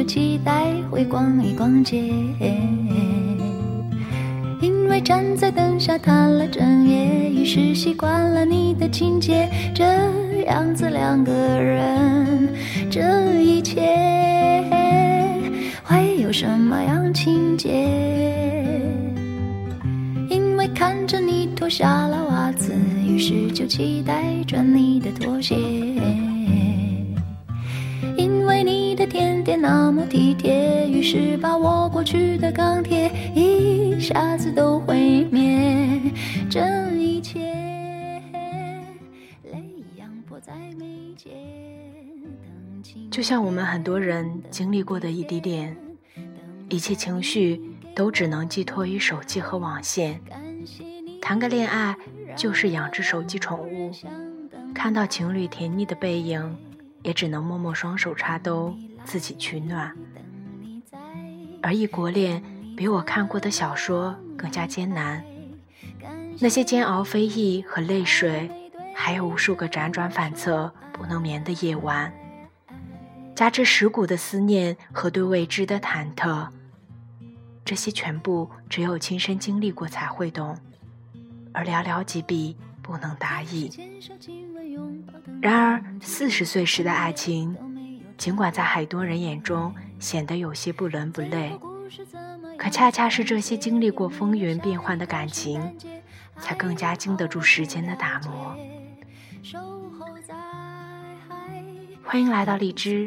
就期待会逛一逛街，因为站在灯下谈了整夜，于是习惯了你的情节，这样子两个人，这一切会有什么样情节？因为看着你脱下了袜子，于是就期待穿你的拖鞋，因为你的甜点那么体贴，于是把我过去的钢铁一下子都毁灭，这一切泪样迫在眉间。 就像我们很多人经历过的异地恋，一切情绪都只能寄托于手机和网线，谈个恋爱就是养只手机宠物，看到情侣甜腻的背影，也只能默默双手插兜，自己取暖。而异国恋比我看过的小说更加艰难，那些煎熬非议和泪水，还有无数个辗转反侧不能眠的夜晚，加之蚀骨的思念和对未知的忐忑，这些全部只有亲身经历过才会懂，而寥寥几笔不能达意。然而40岁时的爱情，尽管在很多人眼中显得有些不伦不类，可恰恰是这些经历过风云变幻的感情，才更加经得住时间的打磨。欢迎来到荔枝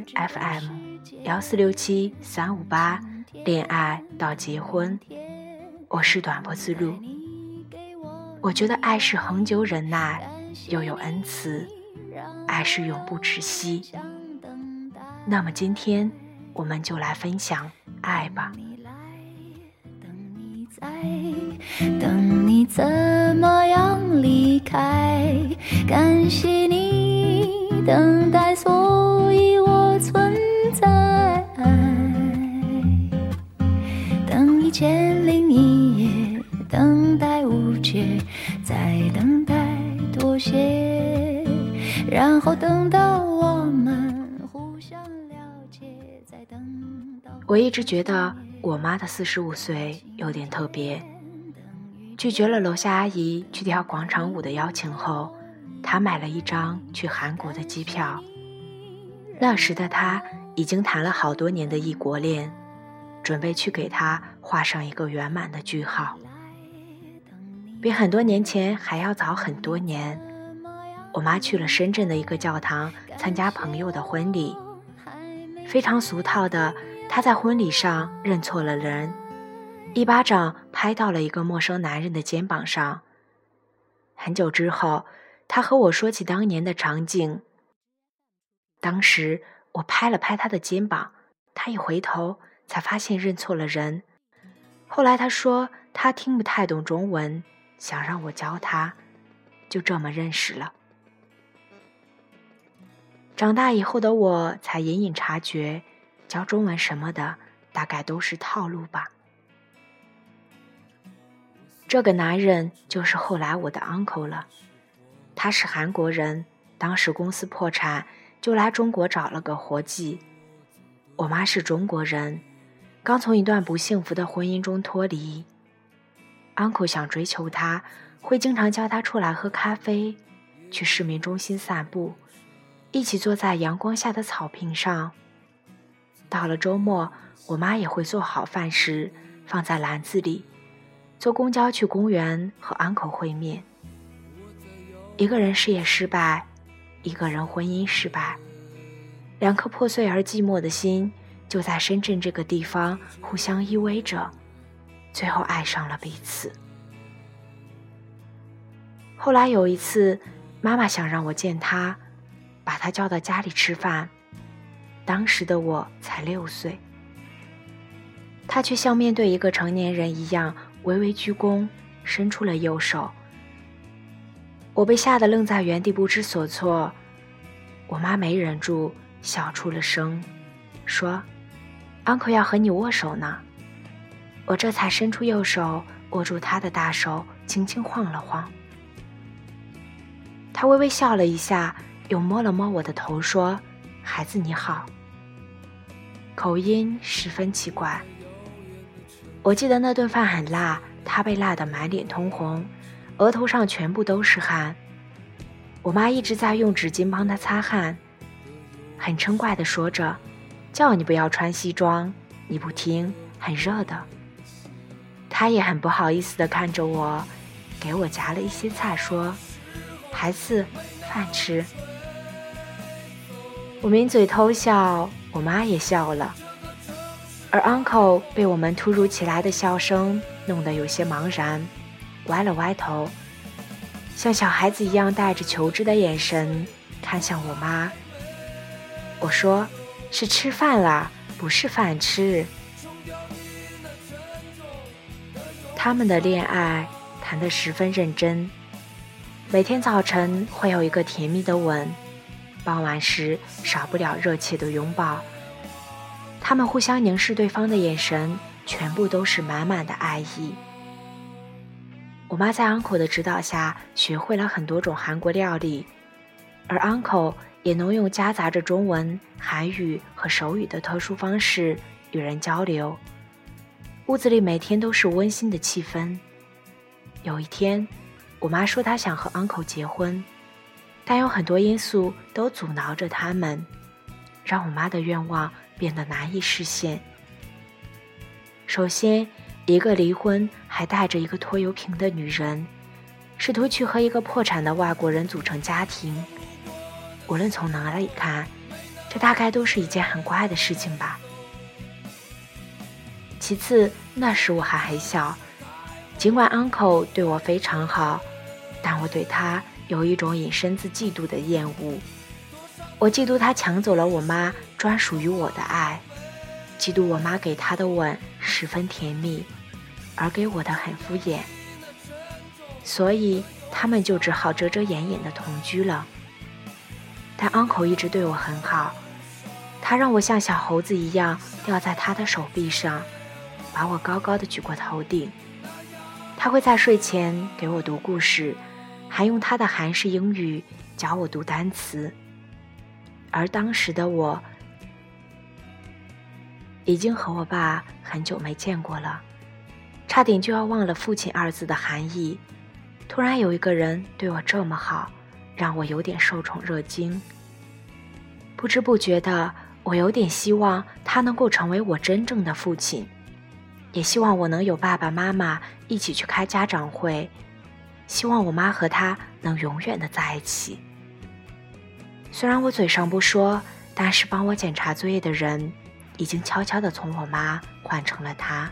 FM1467358恋爱到结婚，我是短波之路。我觉得爱是恒久忍耐，又有恩慈，爱是永不止息。那么今天我们就来分享爱吧。 等你怎么样离开，感谢你等待，所以我存在。等1001夜，等待无解，再等待妥协，然后等到我们互相了解，再等到。 我一直觉得我妈的45岁有点特别，拒绝了楼下阿姨去跳广场舞的邀请后，她买了一张去韩国的机票。那时的她已经谈了好多年的异国恋，准备去给她画上一个圆满的句号。比很多年前还要早很多年，我妈去了深圳的一个教堂参加朋友的婚礼。非常俗套的，她在婚礼上认错了人，一巴掌拍到了一个陌生男人的肩膀上。很久之后，她和我说起当年的场景。当时我拍了拍她的肩膀，她一回头才发现认错了人。后来她说她听不太懂中文，想让我教她，就这么认识了。长大以后的我才隐隐察觉，教中文什么的大概都是套路吧。这个男人就是后来我的 uncle 了，他是韩国人，当时公司破产，就来中国找了个活计。我妈是中国人，刚从一段不幸福的婚姻中脱离。uncle 想追求她，会经常叫她出来喝咖啡，去市民中心散步，一起坐在阳光下的草坪上。到了周末，我妈也会做好饭时放在篮子里，坐公交去公园和 uncle 会面。一个人事业失败，一个人婚姻失败，两颗破碎而寂寞的心就在深圳这个地方互相依偎着，最后爱上了彼此。后来有一次，妈妈想让我见她，把她叫到家里吃饭，当时的我才6岁，她却像面对一个成年人一样微微鞠躬，伸出了右手。我被吓得愣在原地不知所措，我妈没忍住笑出了声，说 uncle 要和你握手呢。我这才伸出右手握住她的大手，轻轻晃了晃。她微微笑了一下，又摸了摸我的头，说孩子你好。 口音十分奇怪。我记得那顿饭很辣，他被辣得满脸通红，额头上全部都是汗。我妈一直在用纸巾帮他擦汗，很嗔怪地说着，叫你不要穿西装，你不听，很热的。他也很不好意思地看着我，给我夹了一些菜，说，孩子，饭吃。我抿嘴偷笑，我妈也笑了，而 uncle 被我们突如其来的笑声弄得有些茫然，歪了歪头，像小孩子一样带着求知的眼神看向我妈。我说，是吃饭啦，不是饭吃。他们的恋爱谈得十分认真，每天早晨会有一个甜蜜的吻，傍晚时少不了热切的拥抱。他们互相凝视对方的眼神，全部都是满满的爱意。我妈在 uncle 的指导下学会了很多种韩国料理，而 uncle 也能用夹杂着中文、韩语和手语的特殊方式与人交流。屋子里每天都是温馨的气氛。有一天，我妈说她想和 uncle 结婚，但有很多因素都阻挠着他们，让我妈的愿望变得难以实现。首先，一个离婚还带着一个拖油瓶的女人，试图去和一个破产的外国人组成家庭。无论从哪里看，这大概都是一件很怪的事情吧。其次，那时我还很小，尽管 uncle 对我非常好，但我对他有一种引申自嫉妒的厌恶。我嫉妒他抢走了我妈专属于我的爱，嫉妒我妈给他的吻十分甜蜜，而给我的很敷衍，所以他们就只好遮遮掩掩的同居了。但 uncle 一直对我很好，他让我像小猴子一样吊在他的手臂上，把我高高的举过头顶。他会在睡前给我读故事，还用他的韩式英语教我读单词。而当时的我已经和我爸很久没见过了，差点就要忘了父亲二字的含义。突然有一个人对我这么好，让我有点受宠若惊。不知不觉的，我有点希望他能够成为我真正的父亲，也希望我能有爸爸妈妈一起去开家长会，希望我妈和他能永远的在一起。虽然我嘴上不说，但是帮我检查作业的人已经悄悄地从我妈换成了他。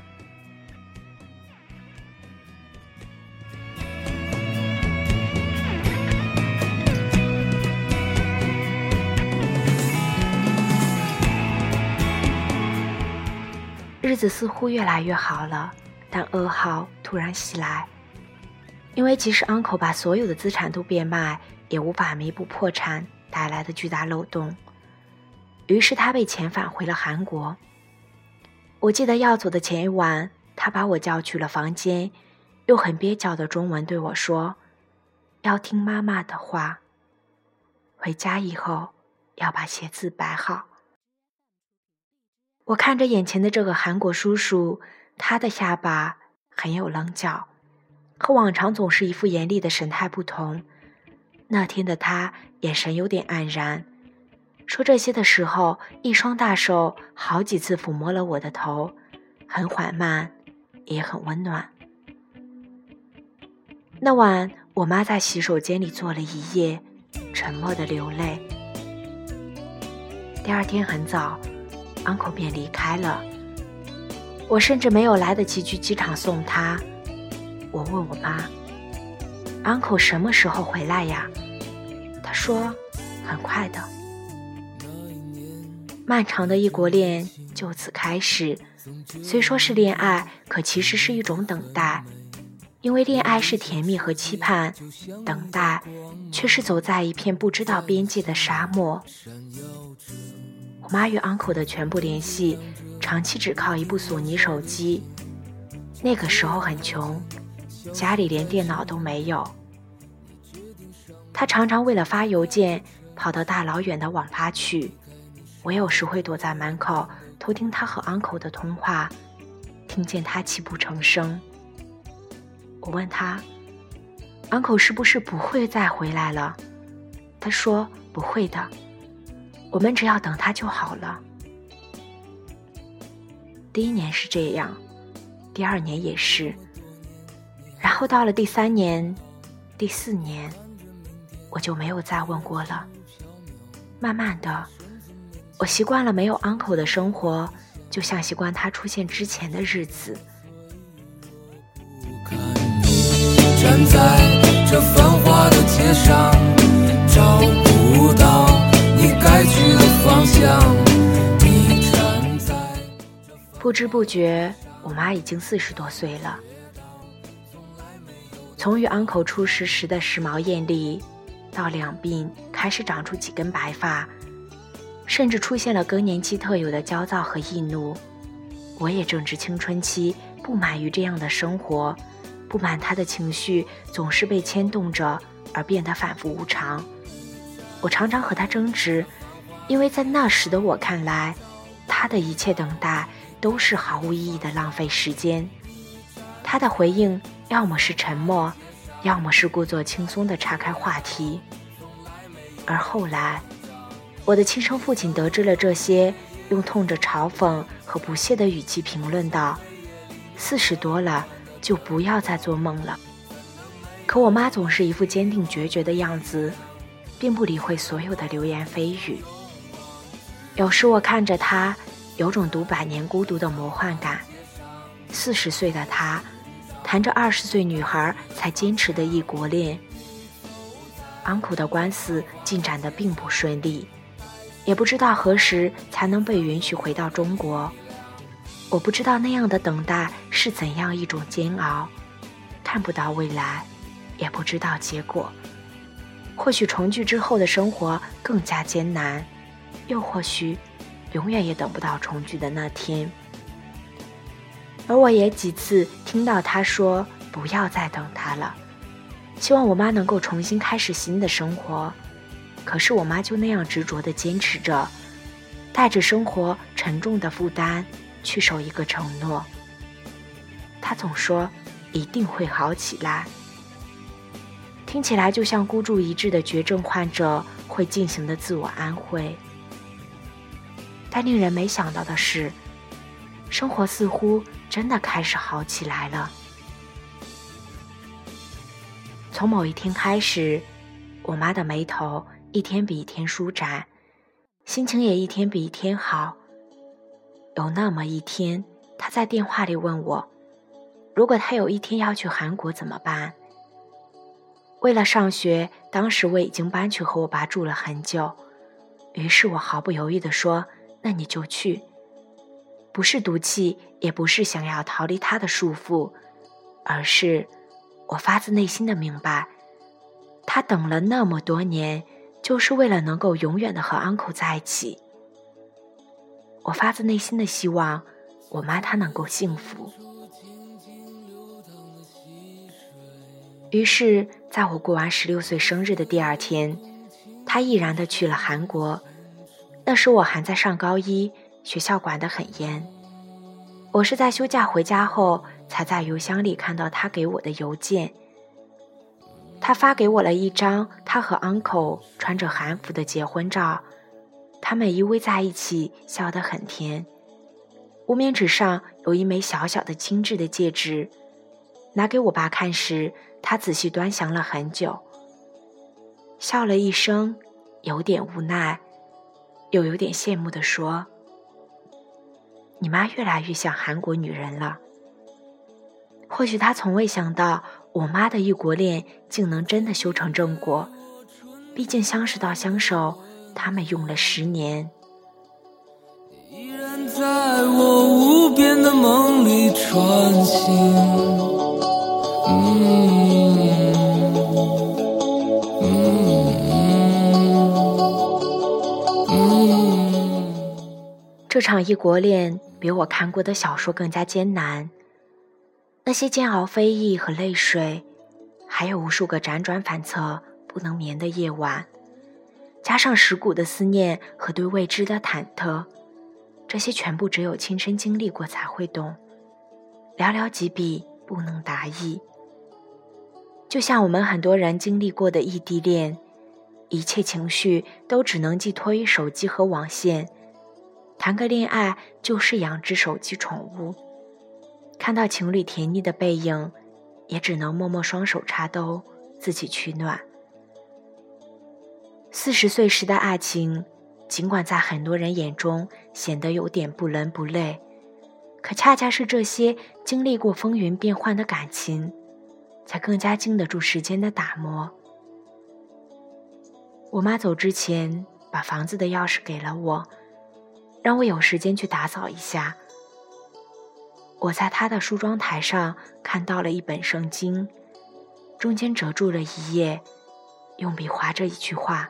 日子似乎越来越好了，但噩耗突然袭来，因为即使 uncle 把所有的资产都变卖，也无法弥补破产带来的巨大漏洞，于是他被遣返回了韩国。我记得要走的前一晚，他把我叫去了房间，用很蹩脚的中文对我说，要听妈妈的话，回家以后要把鞋子摆好。我看着眼前的这个韩国叔叔，他的下巴很有棱角，和往常总是一副严厉的神态不同。那天的他眼神有点黯然，说这些的时候，一双大手好几次抚摸了我的头，很缓慢，也很温暖。那晚，我妈在洗手间里坐了一夜，沉默地流泪。第二天很早，uncle 便离开了，我甚至没有来得及去机场送他。我问我妈 ，uncle 什么时候回来呀？她说，很快的。漫长的异国恋就此开始，虽说是恋爱，可其实是一种等待，因为恋爱是甜蜜和期盼，等待却是走在一片不知道边界的沙漠。我妈与 uncle 的全部联系长期只靠一部索尼手机，那个时候很穷，家里连电脑都没有。她常常为了发邮件跑到大老远的网吧去，我有时会躲在门口偷听他和 uncle 的通话，听见他泣不成声。我问他 uncle 是不是不会再回来了？他说不会的，我们只要等他就好了。第1年是这样，第2年也是，然后到了第3年、第4年，我就没有再问过了。慢慢的，我习惯了没有 uncle 的生活，就像习惯他出现之前的日子。 站在这繁华的街上，找不到你该去的方向。你站在不知不觉，我妈已经40多岁了。从与 uncle 初识时的时髦艳丽，到两鬓开始长出几根白发，甚至出现了更年期特有的焦躁和易怒。我也正值青春期，不满于这样的生活，不满他的情绪总是被牵动着而变得反复无常。我常常和他争执，因为在那时的我看来，他的一切等待都是毫无意义的浪费时间。他的回应要么是沉默，要么是故作轻松地岔开话题。而后来，我的亲生父亲得知了这些，用痛着嘲讽和不屑的语气评论道：40多了，就不要再做梦了。可我妈总是一副坚定决绝的样子，并不理会所有的流言蜚语。有时我看着她，有种读百年孤独的魔幻感。40岁的她谈着20岁女孩才坚持的异国恋。uncle 的官司进展得并不顺利，也不知道何时才能被允许回到中国。我不知道那样的等待是怎样一种煎熬，看不到未来，也不知道结果。或许重聚之后的生活更加艰难，又或许永远也等不到重聚的那天。而我也几次听到他说不要再等他了，希望我妈能够重新开始新的生活。可是我妈就那样执着地坚持着，带着生活沉重的负担去守一个承诺。她总说一定会好起来，听起来就像孤注一掷的绝症患者会进行的自我安慰。但令人没想到的是，生活似乎真的开始好起来了。从某一天开始，我妈的眉头一天比一天舒展，心情也一天比一天好。有那么一天，她在电话里问我，如果她有一天要去韩国怎么办？为了上学，当时我已经搬去和我爸住了很久，于是我毫不犹豫地说，那你就去。不是赌气，也不是想要逃离他的束缚，而是我发自内心的明白，他等了那么多年，就是为了能够永远的和 uncle 在一起。我发自内心的希望我妈她能够幸福。于是在我过完16岁生日的第2天，她毅然地去了韩国。那时我还在上高1，学校管得很严。我是在休假回家后才在邮箱里看到他给我的邮件。他发给我了一张他和 uncle 穿着韩服的结婚照，他们依偎在一起，笑得很甜。无名指上有一枚小小的精致的戒指，拿给我爸看时，他仔细端详了很久，笑了一声，有点无奈，又有点羡慕地说，你妈越来越像韩国女人了。或许他从未想到我妈的异国恋竟能真的修成正果，毕竟相识到相守，他们用了10年。 依然在我无边的梦里穿行。 这场异国恋比我看过的小说更加艰难，那些煎熬非议和泪水，还有无数个辗转反侧不能眠的夜晚，加上蚀骨的思念和对未知的忐忑， 这些全部只有亲身经历过才会懂，寥寥几笔不能达意。就像我们很多人经历过的异地恋，一切情绪都只能寄托于手机和网线，谈个恋爱就是养只手机宠物，看到情侣甜腻的背影，也只能默默双手插兜，自己取暖。40岁时的爱情，尽管在很多人眼中显得有点不伦不类，可恰恰是这些经历过风云变幻的感情，才更加经得住时间的打磨。我妈走之前，把房子的钥匙给了我，让我有时间去打扫一下。我在她的梳妆台上看到了一本圣经，中间折住了一页，用笔划着一句话：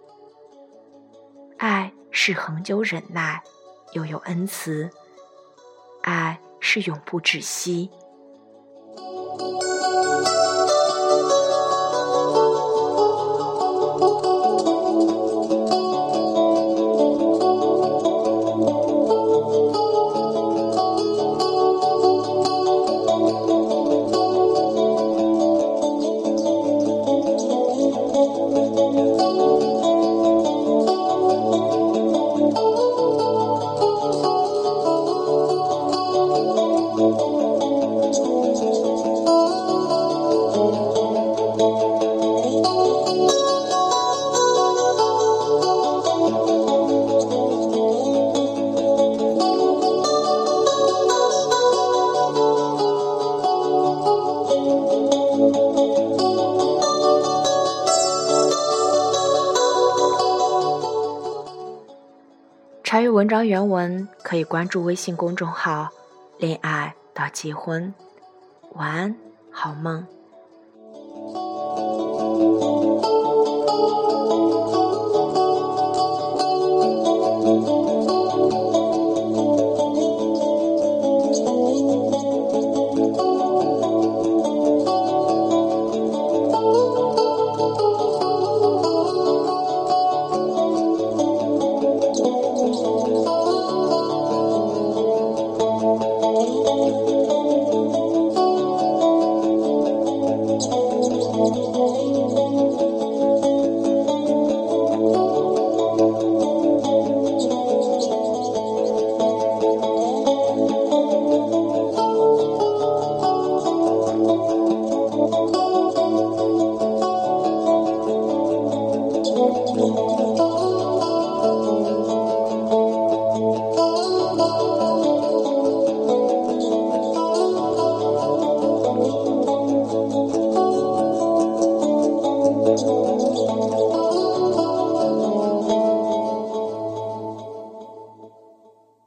爱是恒久忍耐，又有恩慈；爱是永不止息。查阅文章原文可以关注微信公众号“恋爱到结婚”。晚安，好梦。